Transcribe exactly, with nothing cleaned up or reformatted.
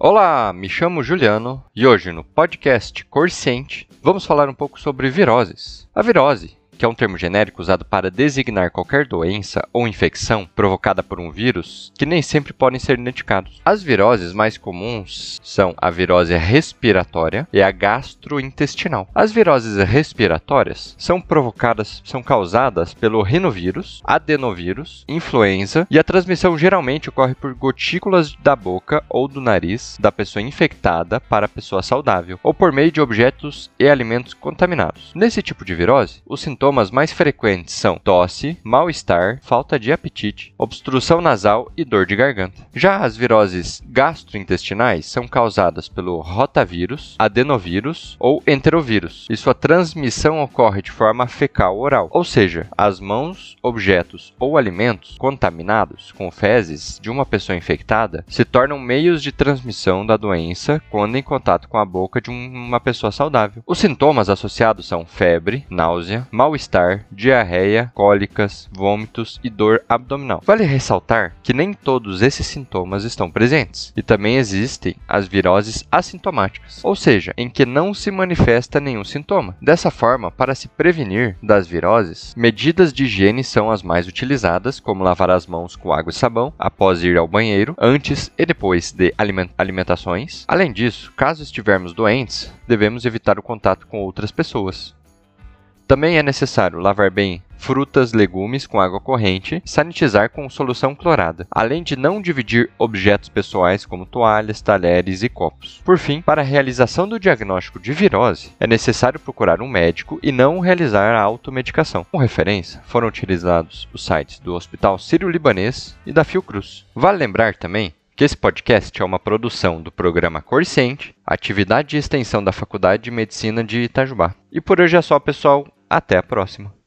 Olá, me chamo Juliano e hoje no podcast Corsciente vamos falar um pouco sobre viroses. A virose, que é um termo genérico usado para designar qualquer doença ou infecção provocada por um vírus, que nem sempre podem ser identificados. As viroses mais comuns são a virose respiratória e a gastrointestinal. As viroses respiratórias são provocadas, são causadas pelo rinovírus, adenovírus, influenza, e a transmissão geralmente ocorre por gotículas da boca ou do nariz da pessoa infectada para a pessoa saudável, ou por meio de objetos e alimentos contaminados. Nesse tipo de virose, os sintomas Sintomas mais frequentes são tosse, mal-estar, falta de apetite, obstrução nasal e dor de garganta. Já as viroses gastrointestinais são causadas pelo rotavírus, adenovírus ou enterovírus, e sua transmissão ocorre de forma fecal-oral, ou seja, as mãos, objetos ou alimentos contaminados com fezes de uma pessoa infectada se tornam meios de transmissão da doença quando em contato com a boca de uma pessoa saudável. Os sintomas associados são febre, náusea, mal mal-estar, diarreia, cólicas, vômitos e dor abdominal. Vale ressaltar que nem todos esses sintomas estão presentes, e também existem as viroses assintomáticas, ou seja, em que não se manifesta nenhum sintoma. Dessa forma, para se prevenir das viroses, medidas de higiene são as mais utilizadas, como lavar as mãos com água e sabão após ir ao banheiro, antes e depois de alimentações. Além disso, caso estivermos doentes, devemos evitar o contato com outras pessoas. Também é necessário lavar bem frutas, legumes com água corrente e sanitizar com solução clorada, além de não dividir objetos pessoais como toalhas, talheres e copos. Por fim, para a realização do diagnóstico de virose, é necessário procurar um médico e não realizar a automedicação. Como referência, foram utilizados os sites do Hospital Sírio-Libanês e da Fiocruz. Vale lembrar também que esse podcast é uma produção do programa Corsciente, atividade de extensão da Faculdade de Medicina de Itajubá. E por hoje é só, pessoal. Até a próxima!